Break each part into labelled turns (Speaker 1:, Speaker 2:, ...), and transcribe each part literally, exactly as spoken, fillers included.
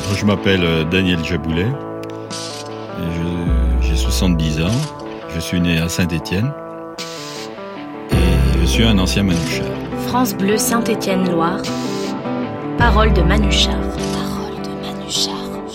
Speaker 1: Je m'appelle Daniel Jaboulet, je, j'ai soixante-dix ans, je suis né à Saint-Étienne et je suis un ancien Manouchard.
Speaker 2: France Bleu Saint-Étienne-Loire, parole de Manouchard. Parole de Manouchard.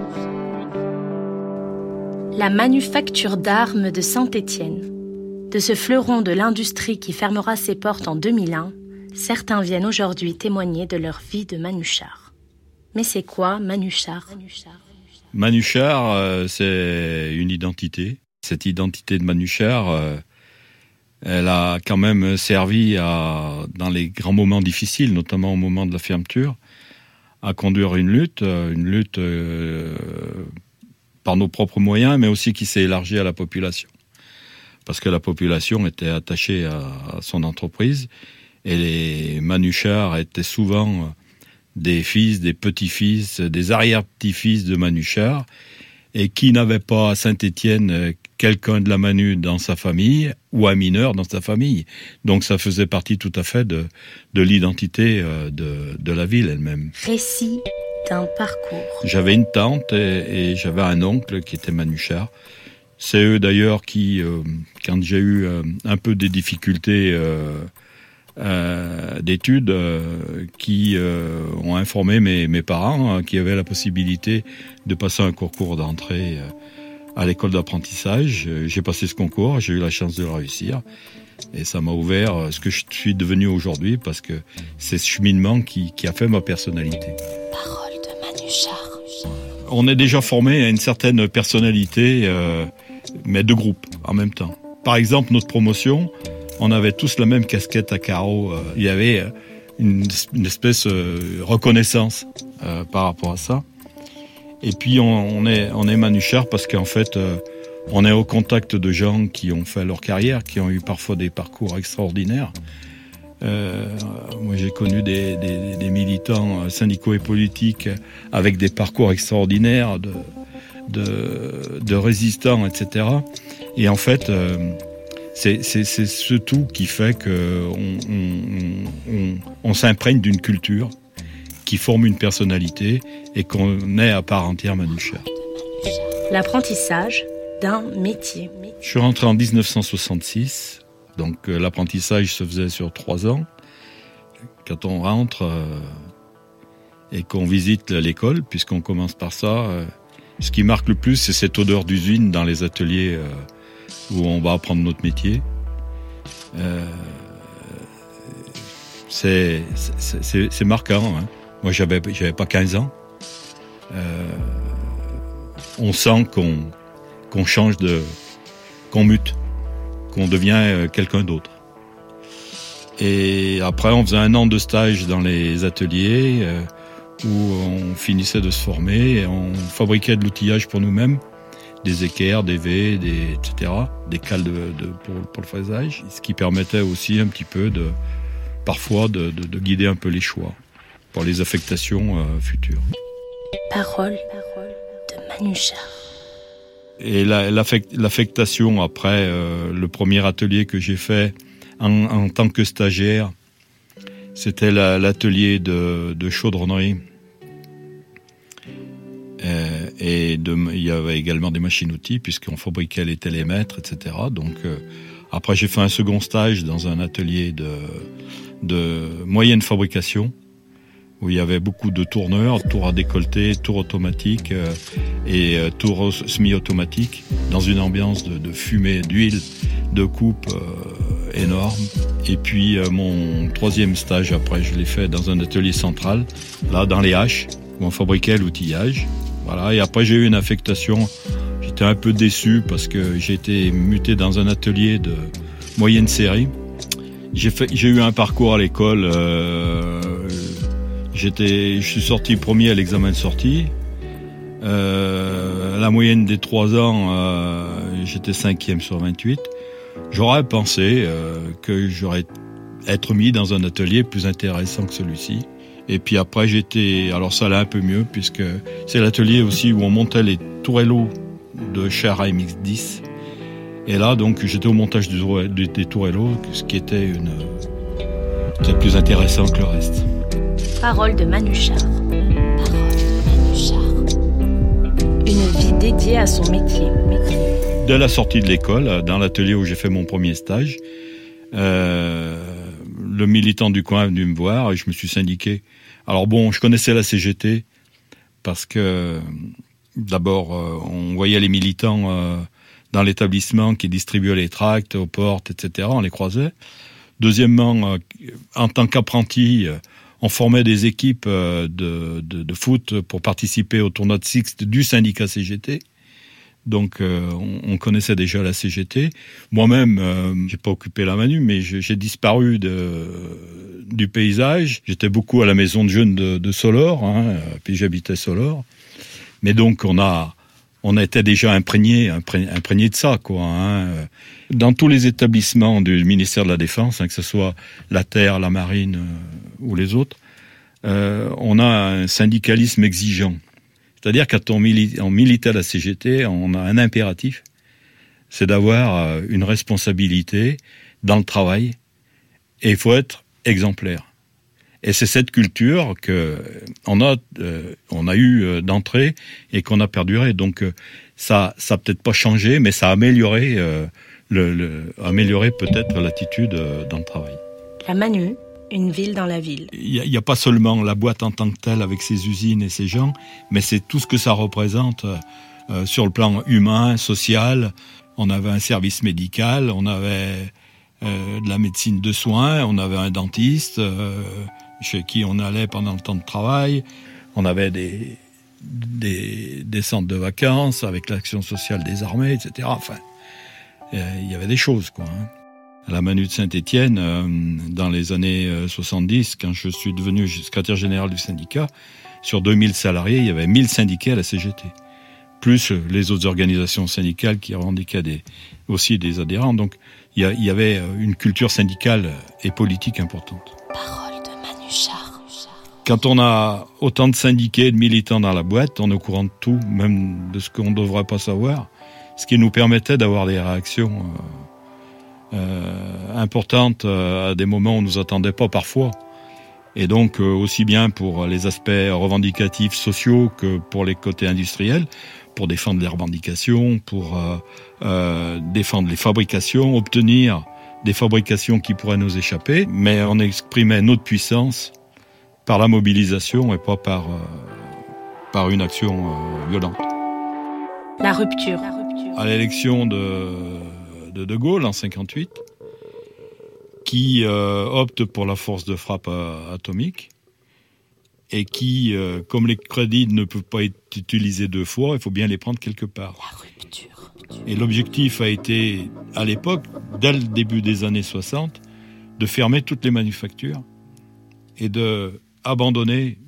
Speaker 2: La manufacture d'armes de Saint-Étienne. De ce fleuron de l'industrie qui fermera ses portes en deux mille un, certains viennent aujourd'hui témoigner de leur vie de Manouchard. Mais c'est quoi Manouchard ?
Speaker 1: Manouchard, euh, c'est une identité. Cette identité de Manouchard, euh, elle a quand même servi à, dans les grands moments difficiles, notamment au moment de la fermeture, à conduire une lutte, une lutte euh, par nos propres moyens, mais aussi qui s'est élargie à la population. Parce que la population était attachée à, à son entreprise et les Manouchards étaient souvent des fils, des petits-fils, des arrière-petits-fils de Manouchard, et qui n'avait pas à Saint-Étienne quelqu'un de la Manu dans sa famille, ou un mineur dans sa famille. Donc ça faisait partie tout à fait de, de l'identité de, de la ville elle-même.
Speaker 2: Récit d'un parcours.
Speaker 1: J'avais une tante et, et j'avais un oncle qui était Manouchard. C'est eux d'ailleurs qui, euh, quand j'ai eu euh, un peu des difficultés euh, Euh, d'études euh, qui euh, ont informé mes, mes parents hein, qui avaient la possibilité de passer un concours d'entrée euh, à l'école d'apprentissage. J'ai passé ce concours, j'ai eu la chance de le réussir et ça m'a ouvert ce que je suis devenu aujourd'hui parce que c'est ce cheminement qui, qui a fait ma personnalité.
Speaker 2: Parole de Manouchard.
Speaker 1: On est déjà formé à une certaine personnalité euh, mais de groupe en même temps. Par exemple, notre promotion, on avait tous la même casquette à carreaux. Il y avait une, une espèce de reconnaissance euh, par rapport à ça. Et puis on, on est, on est Manouchard parce qu'en fait, euh, on est au contact de gens qui ont fait leur carrière, qui ont eu parfois des parcours extraordinaires. Euh, moi, j'ai connu des, des, des militants syndicaux et politiques avec des parcours extraordinaires de, de, de résistants, et cetera. Et en fait, euh, C'est, c'est, c'est ce tout qui fait qu'on on, on, on s'imprègne d'une culture qui forme une personnalité et qu'on est à part entière Manouchard.
Speaker 2: L'apprentissage d'un métier.
Speaker 1: Je suis rentré en dix-neuf cent soixante-six, donc euh, l'apprentissage se faisait sur trois ans. Quand on rentre euh, et qu'on visite l'école, puisqu'on commence par ça, euh, ce qui marque le plus, c'est cette odeur d'usine dans les ateliers euh, où on va apprendre notre métier. Euh, c'est, c'est, c'est, c'est marquant. Hein. Moi, j'avais, j'avais pas quinze ans. Euh, on sent qu'on, qu'on change de... qu'on mute, qu'on devient quelqu'un d'autre. Et après, on faisait un an de stage dans les ateliers euh, où on finissait de se former et on fabriquait de l'outillage pour nous-mêmes. Des équerres, des vés, des, et cetera, des cales de, de, pour, pour le fraisage, ce qui permettait aussi un petit peu, de, parfois, de, de, de guider un peu les choix pour les affectations euh, futures.
Speaker 2: Parole, parole de Manouchard.
Speaker 1: Et la, l'affect, l'affectation après euh, le premier atelier que j'ai fait en, en tant que stagiaire, c'était la, l'atelier de, de chaudronnerie. Euh, et de, il y avait également des machines-outils puisqu'on fabriquait les télémètres, et cetera. Donc euh, après j'ai fait un second stage dans un atelier de, de moyenne fabrication où il y avait beaucoup de tourneurs, tours à décolleter, tours automatiques euh, et euh, tours semi-automatiques dans une ambiance de, de fumée, d'huile, de coupe euh, énorme. Et puis euh, mon troisième stage après je l'ai fait dans un atelier central, là dans les haches où on fabriquait l'outillage. Voilà, et après j'ai eu une affectation, j'étais un peu déçu parce que j'ai été muté dans un atelier de moyenne série. J'ai, fait, j'ai eu un parcours à l'école, euh, j'étais, je suis sorti premier à l'examen de sortie. Euh, la moyenne des trois ans, euh, j'étais cinquième sur vingt-huit. J'aurais pensé euh, que j'aurais être mis dans un atelier plus intéressant que celui-ci. Et puis après, j'étais... Alors ça allait un peu mieux, puisque c'est l'atelier aussi où on montait les tourellos de chars A M X dix. Et là, donc, j'étais au montage des, des tourellos, ce qui était une... C'était plus intéressant que le reste.
Speaker 2: Parole de Manouchard. Parole de Manouchard. dédié à son métier. métier.
Speaker 1: Dès la sortie de l'école, dans l'atelier où j'ai fait mon premier stage, euh, le militant du coin est venu me voir et je me suis syndiqué. Alors bon, je connaissais la C G T parce que d'abord, euh, on voyait les militants euh, dans l'établissement qui distribuaient les tracts aux portes, et cetera. On les croisait. Deuxièmement, euh, en tant qu'apprenti, euh, on formait des équipes euh, de, de, de foot pour participer au tournoi de Sixte du syndicat C G T. Donc, euh, on, on connaissait déjà la C G T. Moi-même, euh, j'ai pas occupé la Manu, mais je, j'ai disparu de, du paysage. J'étais beaucoup à la maison de jeunes de, de Solor, hein, puis j'habitais Solor. Mais donc, on a, on était déjà imprégné, imprégné, imprégné de ça, quoi. Hein. Dans tous les établissements du ministère de la Défense, hein, que ce soit la Terre, la Marine euh, ou les autres, euh, on a un syndicalisme exigeant. C'est-à-dire quand on milite, on milite à la C G T, on a un impératif, c'est d'avoir une responsabilité dans le travail et il faut être exemplaire. Et c'est cette culture que on a, euh, on a eu d'entrée et qu'on a perduré. Donc ça, ça a peut-être pas changé, mais ça a amélioré, euh, le, le, amélioré peut-être l'attitude dans le travail.
Speaker 2: La Manu, une ville dans la ville.
Speaker 1: Il n'y a, a pas seulement la boîte en tant que telle avec ses usines et ses gens, mais c'est tout ce que ça représente euh, sur le plan humain, social. On avait un service médical, on avait euh, de la médecine de soins, on avait un dentiste euh, chez qui on allait pendant le temps de travail. On avait des, des, des centres de vacances avec l'action sociale des armées, et cetera. Enfin, euh, il y avait des choses, quoi. Hein. À la Manu de Saint-Étienne, euh, dans les années soixante-dix, quand je suis devenu secrétaire général du syndicat, sur deux mille salariés, il y avait mille syndiqués à la C G T. Plus les autres organisations syndicales qui revendiquaient des, aussi des adhérents. Donc, il y, a, il y avait une culture syndicale et politique importante.
Speaker 2: Parole de Manu Char.
Speaker 1: Quand on a autant de syndiqués et de militants dans la boîte, on est au courant de tout, même de ce qu'on ne devrait pas savoir, ce qui nous permettait d'avoir des réactions euh, Euh, importante euh, à des moments où on nous attendait pas parfois. Et donc, euh, aussi bien pour les aspects revendicatifs sociaux que pour les côtés industriels, pour défendre les revendications, pour euh, euh, défendre les fabrications, obtenir des fabrications qui pourraient nous échapper, mais on exprimait notre puissance par la mobilisation et pas par, euh, par une action euh, violente.
Speaker 2: La rupture. La rupture.
Speaker 1: À l'élection de de De Gaulle en cinquante-huit, qui euh, opte pour la force de frappe euh, atomique et qui, euh, comme les crédits ne peuvent pas être utilisés deux fois, il faut bien les prendre quelque part.
Speaker 2: La rupture.
Speaker 1: Et l'objectif a été, à l'époque, dès le début des années soixante, de fermer toutes les manufactures et de abandonner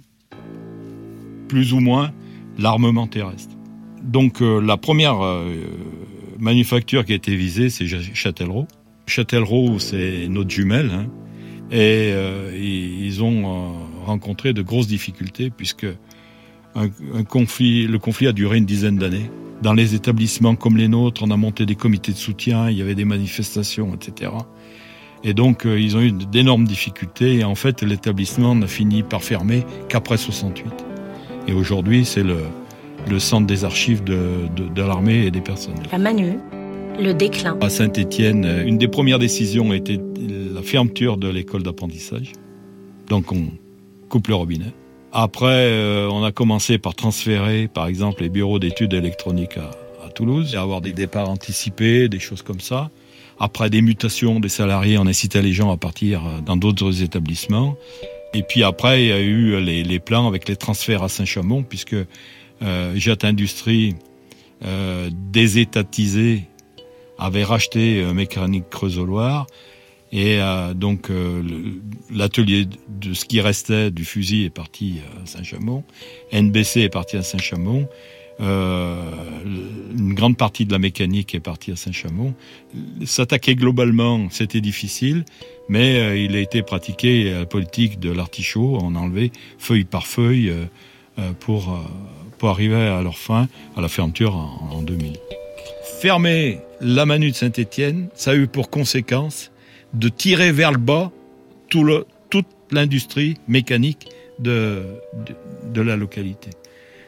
Speaker 1: plus ou moins l'armement terrestre. Donc euh, la première euh, manufacture qui a été visée, c'est Châtellerault. Châtellerault, c'est notre jumelle, hein, et euh, ils ont euh, rencontré de grosses difficultés puisque un, un conflit, le conflit a duré une dizaine d'années. Dans les établissements comme les nôtres, on a monté des comités de soutien, il y avait des manifestations, et cetera. Et donc, euh, ils ont eu d'énormes difficultés. Et en fait, l'établissement n'a fini par fermer qu'après soixante-huit. Et aujourd'hui, c'est le, le centre des archives de, de, de l'armée et des personnels.
Speaker 2: La Manu, le déclin.
Speaker 1: À Saint-Étienne, une des premières décisions a été la fermeture de l'école d'apprentissage. Donc, on coupe le robinet. Après, euh, on a commencé par transférer, par exemple, les bureaux d'études électroniques à, à Toulouse, et avoir des départs anticipés, des choses comme ça. Après des mutations des salariés, on incitait les gens à partir dans d'autres établissements. Et puis après, il y a eu les, les plans avec les transferts à Saint-Chamond, puisque euh, Jet Industrie, euh, désétatisé, avait racheté euh, Mécanique Creusot-Loire. Et euh, donc euh, l'atelier de ce qui restait du fusil est parti à Saint-Chamond. N B C est parti à Saint-Chamond. Euh, une grande partie de la mécanique est partie à Saint-Chamond. S'attaquer globalement, c'était difficile, mais euh, il a été pratiqué la politique de l'artichaut, on a enlevé feuille par feuille euh, pour, euh, pour arriver à leur fin, à la fermeture en, en deux mille. Fermer la Manu de Saint-Étienne, ça a eu pour conséquence de tirer vers le bas tout le, toute l'industrie mécanique de, de, de la localité.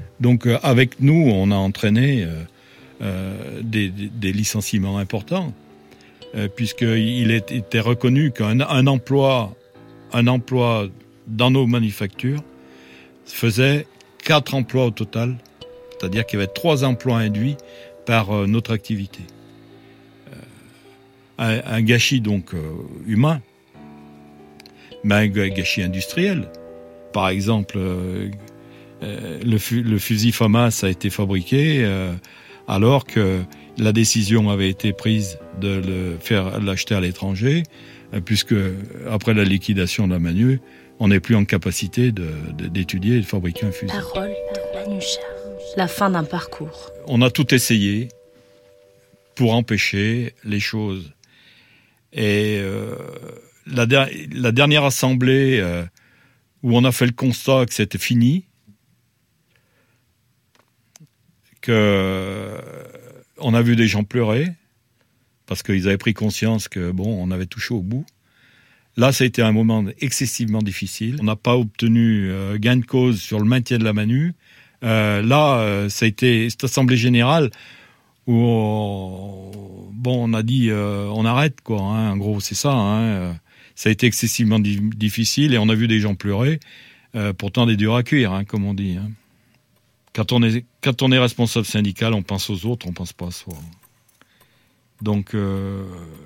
Speaker 1: Donc euh, avec nous, on a entraîné euh, euh, des, des, des licenciements importants, euh, puisqu'il était reconnu qu'un un emploi, un emploi dans nos manufactures faisait quatre emplois au total, c'est-à-dire qu'il y avait trois emplois induits par euh, notre activité. Euh, un, un gâchis donc euh, humain, mais un gâchis industriel. Par exemple, euh, euh, le, fu- le fusil FAMAS a été fabriqué euh, alors que la décision avait été prise de le faire l'acheter à l'étranger, euh, puisque après la liquidation de la Manu, on n'est plus en capacité de, de, d'étudier et de fabriquer un fusil.
Speaker 2: Parole de Manuchar. La fin d'un parcours.
Speaker 1: On a tout essayé pour empêcher les choses. Et euh, la, der- la dernière assemblée euh, où on a fait le constat que c'était fini, que euh, on a vu des gens pleurer parce qu'ils avaient pris conscience que bon, on avait touché au bout. Là, ça a été un moment excessivement difficile. On n'a pas obtenu euh, gain de cause sur le maintien de la Manu. Euh, là, euh, ça a été cette assemblée générale où on, bon, on a dit euh, on arrête quoi. Hein, en gros, c'est ça. Hein, ça a été excessivement di- difficile et on a vu des gens pleurer. Euh, pourtant, des durs à cuire, hein, comme on dit. Hein. Quand on est quand on est responsable syndical, on pense aux autres, on pense pas à soi. Donc euh,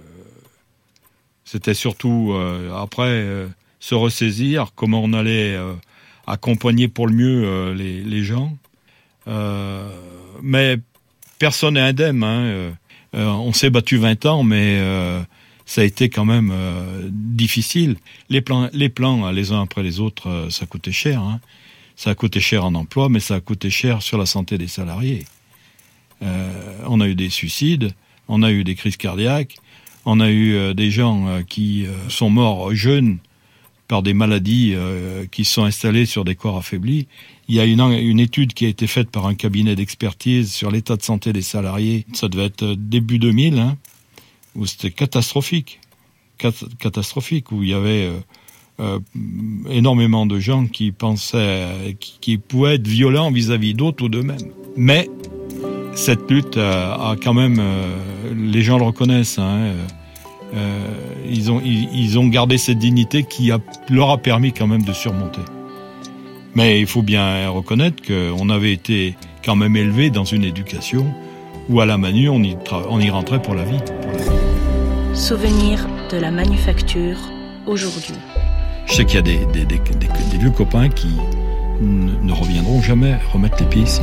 Speaker 1: c'était surtout euh, après euh, se ressaisir comment on allait euh, accompagner pour le mieux euh, les, les gens. Euh, mais personne n'est indemne. Hein. Euh, on s'est battu vingt ans, mais euh, ça a été quand même euh, difficile. Les plans, les plans, les uns après les autres, euh, ça coûtait cher. Hein. Ça a coûté cher en emploi, mais ça a coûté cher sur la santé des salariés. Euh, on a eu des suicides, on a eu des crises cardiaques, on a eu euh, des gens euh, qui euh, sont morts jeunes par des maladies euh, qui sont installées sur des corps affaiblis. Il y a une, une étude qui a été faite par un cabinet d'expertise sur l'état de santé des salariés. Ça devait être début deux mille, hein, où c'était catastrophique. Cat- catastrophique, où il y avait euh, euh, énormément de gens qui pensaient, euh, qui, qui pouvaient être violents vis-à-vis d'autres ou d'eux-mêmes. Mais cette lutte euh, a quand même, euh, les gens le reconnaissent, hein, euh, euh, ils ont, ils, ils ont gardé cette dignité qui a, leur a permis quand même de surmonter. Mais il faut bien reconnaître qu'on avait été quand même élevé dans une éducation où à la Manu, on y, tra- on y rentrait pour la vie. Pour la vie.
Speaker 2: Souvenir de la manufacture aujourd'hui.
Speaker 1: Je sais qu'il y a des, des, des, des, des vieux copains qui ne, ne reviendront jamais remettre les pieds ici.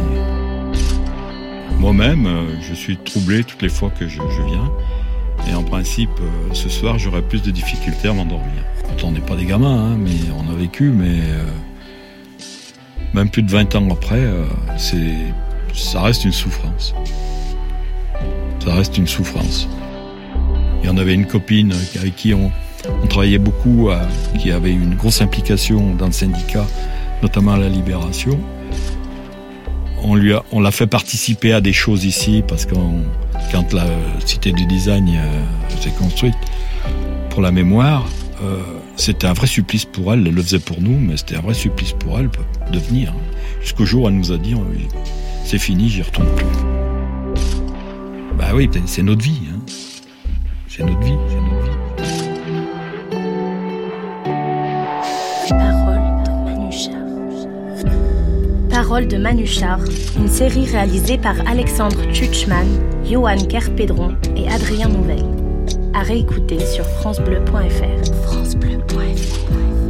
Speaker 1: Moi-même, je suis troublé toutes les fois que je, je viens. Et en principe, ce soir, j'aurais plus de difficultés à m'endormir. Pourtant, on n'est pas des gamins, hein, mais on a vécu, mais euh, même plus de vingt ans après, euh, c'est, ça reste une souffrance. Ça reste une souffrance. Et on avait une copine avec qui on, on travaillait beaucoup, euh, qui avait une grosse implication dans le syndicat, notamment à la Libération. On, lui a, on l'a fait participer à des choses ici, parce que quand la Cité du Design euh, s'est construite, pour la mémoire, euh, c'était un vrai supplice pour elle. Elle le faisait pour nous, mais c'était un vrai supplice pour elle de venir. Jusqu'au jour où elle nous a dit, c'est fini, j'y retourne plus. Bah oui, c'est notre vie. Hein. C'est notre vie, c'est notre vie.
Speaker 2: Parole de Manuchar. Parole de Manuchar, une série réalisée par Alexandre Tchutchman, Johan Kerpédron et Adrien Nouvel. À réécouter sur francebleu point f r. francebleu point f r